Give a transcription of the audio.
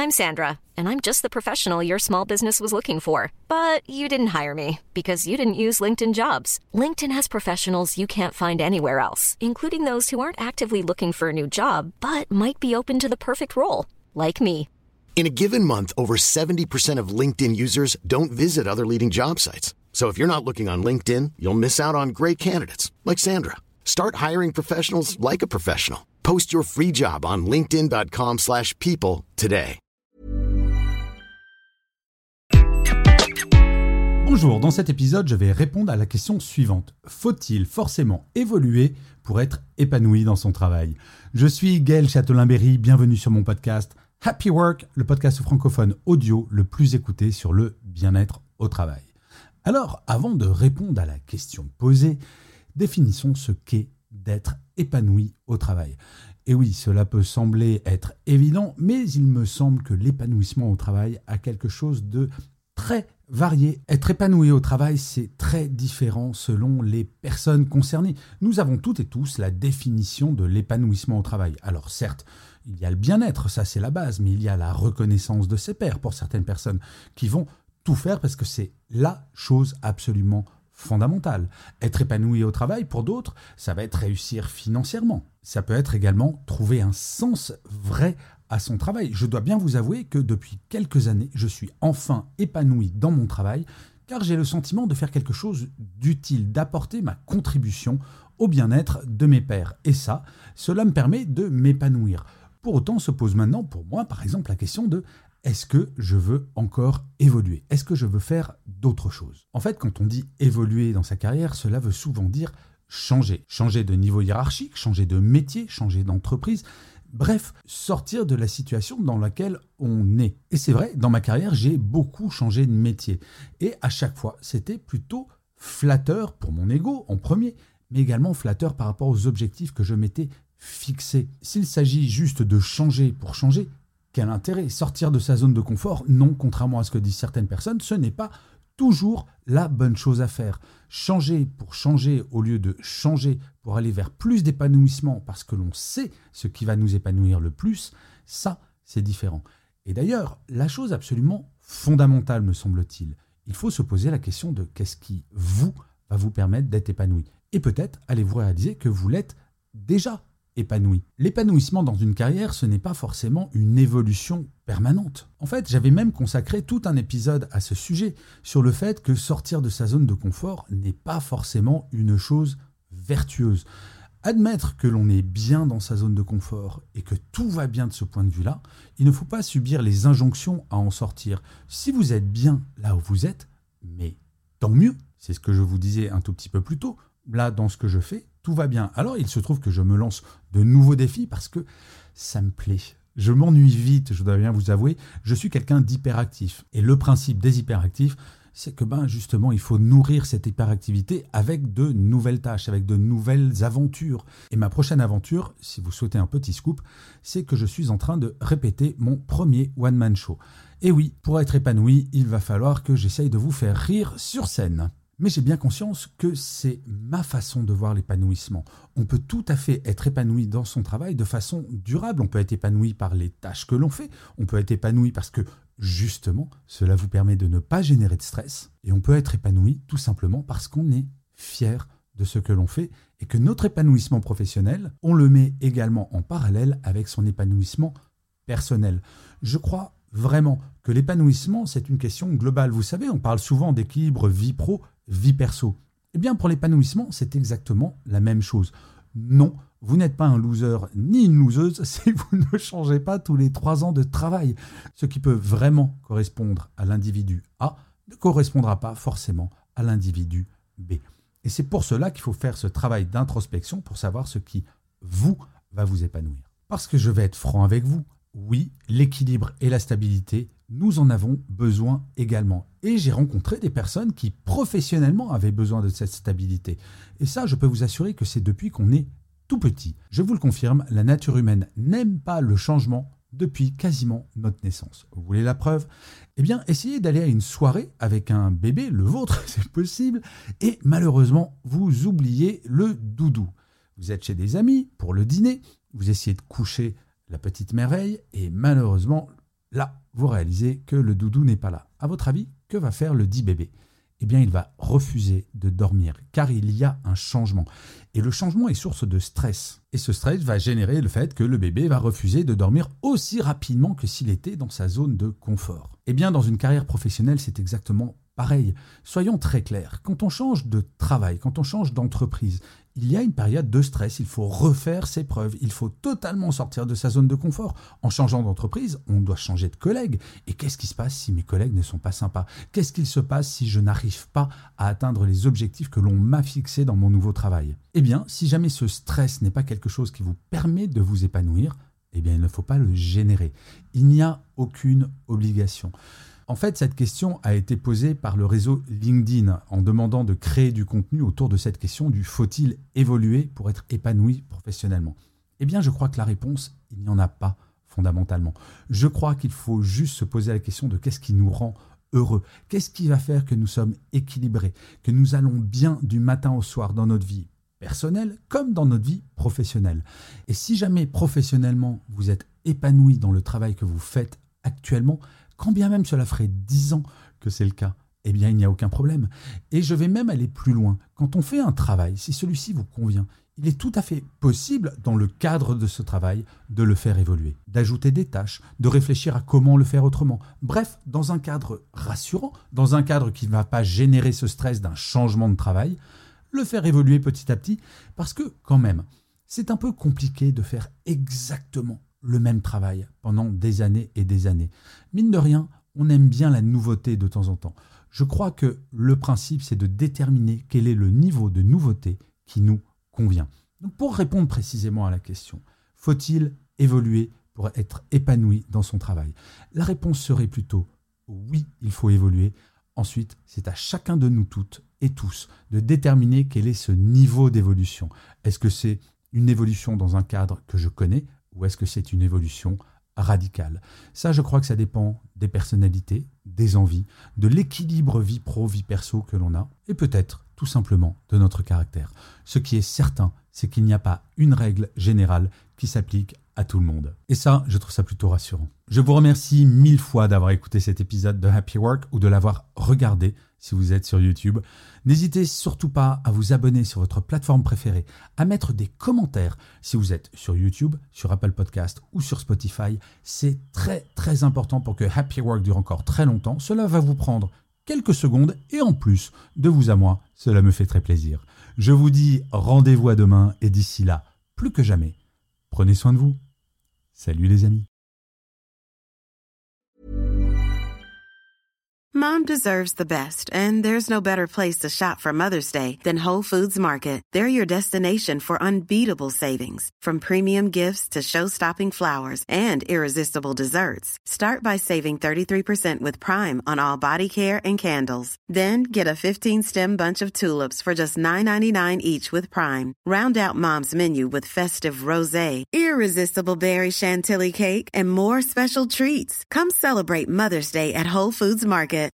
I'm Sandra, and I'm just the professional your small business was looking for. But you didn't hire me because you didn't use LinkedIn Jobs. LinkedIn has professionals you can't find anywhere else, including those who aren't actively looking for a new job, but might be open to the perfect role, like me. In a given month, over 70% of LinkedIn users don't visit other leading job sites. So if you're not looking on LinkedIn, you'll miss out on great candidates like Sandra. Start hiring professionals like a professional. Post your free job on linkedin.com/people today. Bonjour, dans cet épisode, je vais répondre à la question suivante. Faut-il forcément évoluer pour être épanoui dans son travail ? Je suis Gaël Châtelain-Berry, bienvenue sur mon podcast Happy Work, le podcast francophone audio le plus écouté sur le bien-être au travail. Alors, avant de répondre à la question posée, définissons ce qu'est d'être épanoui au travail. Et oui, cela peut sembler être évident, mais il me semble que l'épanouissement au travail a quelque chose de très varié. Être épanoui au travail, c'est très différent selon les personnes concernées. Nous avons toutes et tous la définition de l'épanouissement au travail. Alors certes, il y a le bien-être, ça c'est la base, mais il y a la reconnaissance de ses pairs pour certaines personnes qui vont tout faire parce que c'est la chose absolument fondamentale. Être épanoui au travail, pour d'autres, ça va être réussir financièrement. Ça peut être également trouver un sens vrai à son travail. Je dois bien vous avouer que depuis quelques années, je suis enfin épanoui dans mon travail car j'ai le sentiment de faire quelque chose d'utile, d'apporter ma contribution au bien-être de mes pairs. Et ça, cela me permet de m'épanouir. Pour autant, se pose maintenant pour moi, par exemple, la question de est-ce que je veux encore évoluer ? Est-ce que je veux faire d'autres choses ? En fait, quand on dit évoluer dans sa carrière, cela veut souvent dire changer. Changer de niveau hiérarchique, changer de métier, changer d'entreprise. Bref, sortir de la situation dans laquelle on est. Et c'est vrai, dans ma carrière, j'ai beaucoup changé de métier. Et à chaque fois, c'était plutôt flatteur pour mon ego en premier, mais également flatteur par rapport aux objectifs que je m'étais fixés. S'il s'agit juste de changer pour changer, quel intérêt ? Sortir de sa zone de confort ? Non, contrairement à ce que disent certaines personnes, ce n'est pas toujours la bonne chose à faire. Changer pour changer au lieu de changer pour aller vers plus d'épanouissement parce que l'on sait ce qui va nous épanouir le plus, ça, c'est différent. Et d'ailleurs, la chose absolument fondamentale, me semble-t-il, il faut se poser la question de qu'est-ce qui, va vous permettre d'être épanoui. Et peut-être allez-vous réaliser que vous l'êtes déjà épanoui. L'épanouissement dans une carrière, ce n'est pas forcément une évolution permanente. En fait, j'avais même consacré tout un épisode à ce sujet, sur le fait que sortir de sa zone de confort n'est pas forcément une chose vertueuse. Admettre que l'on est bien dans sa zone de confort et que tout va bien de ce point de vue-là, il ne faut pas subir les injonctions à en sortir. Si vous êtes bien là où vous êtes, mais tant mieux. C'est ce que je vous disais un tout petit peu plus tôt. Là, dans ce que je fais, tout va bien. Alors, il se trouve que je me lance de nouveaux défis parce que ça me plaît. Je m'ennuie vite, je dois bien vous avouer. Je suis quelqu'un d'hyperactif. Et le principe des hyperactifs, c'est que justement, il faut nourrir cette hyperactivité avec de nouvelles tâches, avec de nouvelles aventures. Et ma prochaine aventure, si vous souhaitez un petit scoop, c'est que je suis en train de répéter mon premier one-man show. Et oui, pour être épanoui, il va falloir que j'essaye de vous faire rire sur scène. Mais j'ai bien conscience que c'est ma façon de voir l'épanouissement. On peut tout à fait être épanoui dans son travail de façon durable. On peut être épanoui par les tâches que l'on fait. On peut être épanoui parce que, justement, cela vous permet de ne pas générer de stress. Et on peut être épanoui tout simplement parce qu'on est fier de ce que l'on fait et que notre épanouissement professionnel, on le met également en parallèle avec son épanouissement personnel. Je crois vraiment que l'épanouissement, c'est une question globale. Vous savez, on parle souvent d'équilibre vie pro, vie perso. Eh bien, pour l'épanouissement, c'est exactement la même chose. Non, vous n'êtes pas un loser ni une loseuse si vous ne changez pas tous les 3 ans de travail. Ce qui peut vraiment correspondre à l'individu A ne correspondra pas forcément à l'individu B. Et c'est pour cela qu'il faut faire ce travail d'introspection pour savoir ce qui, va vous épanouir. Parce que je vais être franc avec vous, oui, l'équilibre et la stabilité, nous en avons besoin également. Et j'ai rencontré des personnes qui, professionnellement, avaient besoin de cette stabilité. Et ça, je peux vous assurer que c'est depuis qu'on est tout petit. Je vous le confirme, la nature humaine n'aime pas le changement depuis quasiment notre naissance. Vous voulez la preuve ? Eh bien, essayez d'aller à une soirée avec un bébé, le vôtre, c'est possible, et malheureusement, vous oubliez le doudou. Vous êtes chez des amis pour le dîner, vous essayez de coucher la petite merveille, et malheureusement, là, vous réalisez que le doudou n'est pas là. À votre avis, que va faire le dit bébé ? Eh bien, il va refuser de dormir, car il y a un changement. Et le changement est source de stress. Et ce stress va générer le fait que le bébé va refuser de dormir aussi rapidement que s'il était dans sa zone de confort. Eh bien, dans une carrière professionnelle, c'est exactement pareil. Soyons très clairs, quand on change de travail, quand on change d'entreprise, il y a une période de stress, il faut refaire ses preuves, il faut totalement sortir de sa zone de confort. En changeant d'entreprise, on doit changer de collègue. Et qu'est-ce qui se passe si mes collègues ne sont pas sympas ? Qu'est-ce qu'il se passe si je n'arrive pas à atteindre les objectifs que l'on m'a fixés dans mon nouveau travail ? Eh bien, si jamais ce stress n'est pas quelque chose qui vous permet de vous épanouir, eh bien, il ne faut pas le générer. Il n'y a aucune obligation. En fait, cette question a été posée par le réseau LinkedIn en demandant de créer du contenu autour de cette question du « faut-il évoluer pour être épanoui professionnellement ?» Eh bien, je crois que la réponse, il n'y en a pas fondamentalement. Je crois qu'il faut juste se poser la question de qu'est-ce qui nous rend heureux, qu'est-ce qui va faire que nous sommes équilibrés, que nous allons bien du matin au soir dans notre vie personnelle comme dans notre vie professionnelle. Et si jamais professionnellement, vous êtes épanoui dans le travail que vous faites actuellement, quand bien même cela ferait 10 ans que c'est le cas, eh bien il n'y a aucun problème. Et je vais même aller plus loin. Quand on fait un travail, si celui-ci vous convient, il est tout à fait possible, dans le cadre de ce travail, de le faire évoluer, d'ajouter des tâches, de réfléchir à comment le faire autrement. Bref, dans un cadre rassurant, dans un cadre qui ne va pas générer ce stress d'un changement de travail, le faire évoluer petit à petit, parce que quand même, c'est un peu compliqué de faire exactement le même travail pendant des années et des années. Mine de rien, on aime bien la nouveauté de temps en temps. Je crois que le principe, c'est de déterminer quel est le niveau de nouveauté qui nous convient. Donc pour répondre précisément à la question, faut-il évoluer pour être épanoui dans son travail ? La réponse serait plutôt oui, il faut évoluer. Ensuite, c'est à chacun de nous toutes et tous de déterminer quel est ce niveau d'évolution. Est-ce que c'est une évolution dans un cadre que je connais ou est-ce que c'est une évolution radicale ? Ça, je crois que ça dépend des personnalités, des envies, de l'équilibre vie pro, vie perso que l'on a et peut-être tout simplement de notre caractère. Ce qui est certain, c'est qu'il n'y a pas une règle générale qui s'applique à tout le monde. Et ça, je trouve ça plutôt rassurant. Je vous remercie 1000 fois d'avoir écouté cet épisode de Happy Work ou de l'avoir regardé si vous êtes sur YouTube. N'hésitez surtout pas à vous abonner sur votre plateforme préférée, à mettre des commentaires si vous êtes sur YouTube, sur Apple Podcast ou sur Spotify. C'est très très important pour que Happy Work dure encore très longtemps. Cela va vous prendre quelques secondes et en plus, de vous à moi, cela me fait très plaisir. Je vous dis rendez-vous à demain et d'ici là, plus que jamais, prenez soin de vous. Salut les amis. Mom deserves the best, and there's no better place to shop for Mother's Day than Whole Foods Market. They're your destination for unbeatable savings, from premium gifts to show-stopping flowers and irresistible desserts. Start by saving 33% with Prime on all body care and candles. Then get a 15-stem bunch of tulips for just $9.99 each with Prime. Round out Mom's menu with festive rosé, irresistible berry chantilly cake, and more special treats. Come celebrate Mother's Day at Whole Foods Market.